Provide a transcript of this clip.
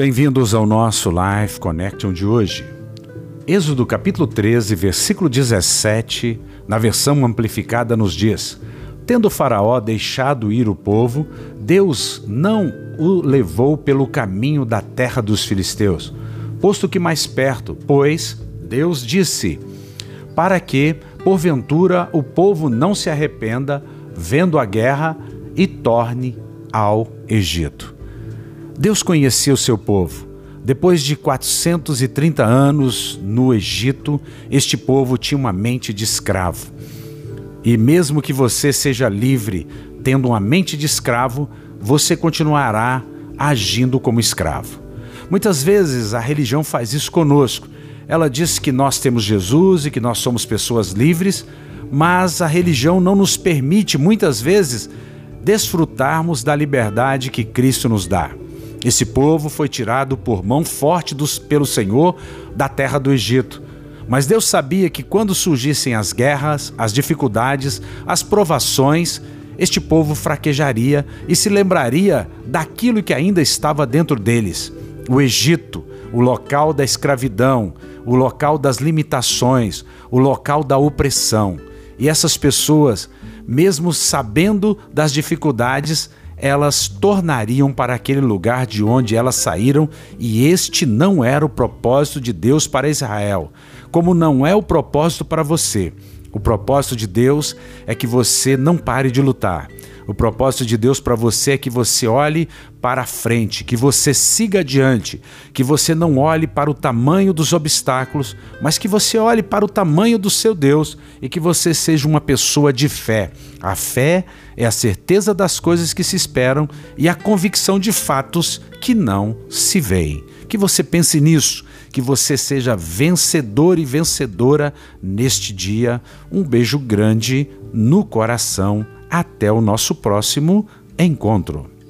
Bem-vindos ao nosso Life Connection de hoje. Êxodo capítulo 13, versículo 17, na versão amplificada nos diz: Tendo Faraó deixado ir o povo, Deus não o levou pelo caminho da terra dos filisteus, posto que mais perto, pois Deus disse: para que, porventura, o povo não se arrependa, vendo a guerra, e torne ao Egito. Deus conhecia o seu povo. Depois de 430 anos no Egito, este povo tinha uma mente de escravo. E mesmo que você seja livre, tendo uma mente de escravo, você continuará agindo como escravo. Muitas vezes a religião faz isso conosco. Ela diz que nós temos Jesus e que nós somos pessoas livres, mas a religião não nos permite, muitas vezes, desfrutarmos da liberdade que Cristo nos dá. Esse povo foi tirado por mão forte pelo Senhor da terra do Egito. Mas Deus sabia que quando surgissem as guerras, as dificuldades, as provações, este povo fraquejaria e se lembraria daquilo que ainda estava dentro deles. O Egito, o local da escravidão, o local das limitações, o local da opressão. E essas pessoas, mesmo sabendo das dificuldades, elas tornariam para aquele lugar de onde elas saíram, e este não era o propósito de Deus para Israel, como não é o propósito para você. O propósito de Deus é que você não pare de lutar. O propósito de Deus para você é que você olhe para a frente, que você siga adiante, que você não olhe para o tamanho dos obstáculos, mas que você olhe para o tamanho do seu Deus e que você seja uma pessoa de fé. A fé é a certeza das coisas que se esperam e a convicção de fatos que não se veem. Que você pense nisso, que você seja vencedor e vencedora neste dia. Um beijo grande no coração. Até o nosso próximo encontro.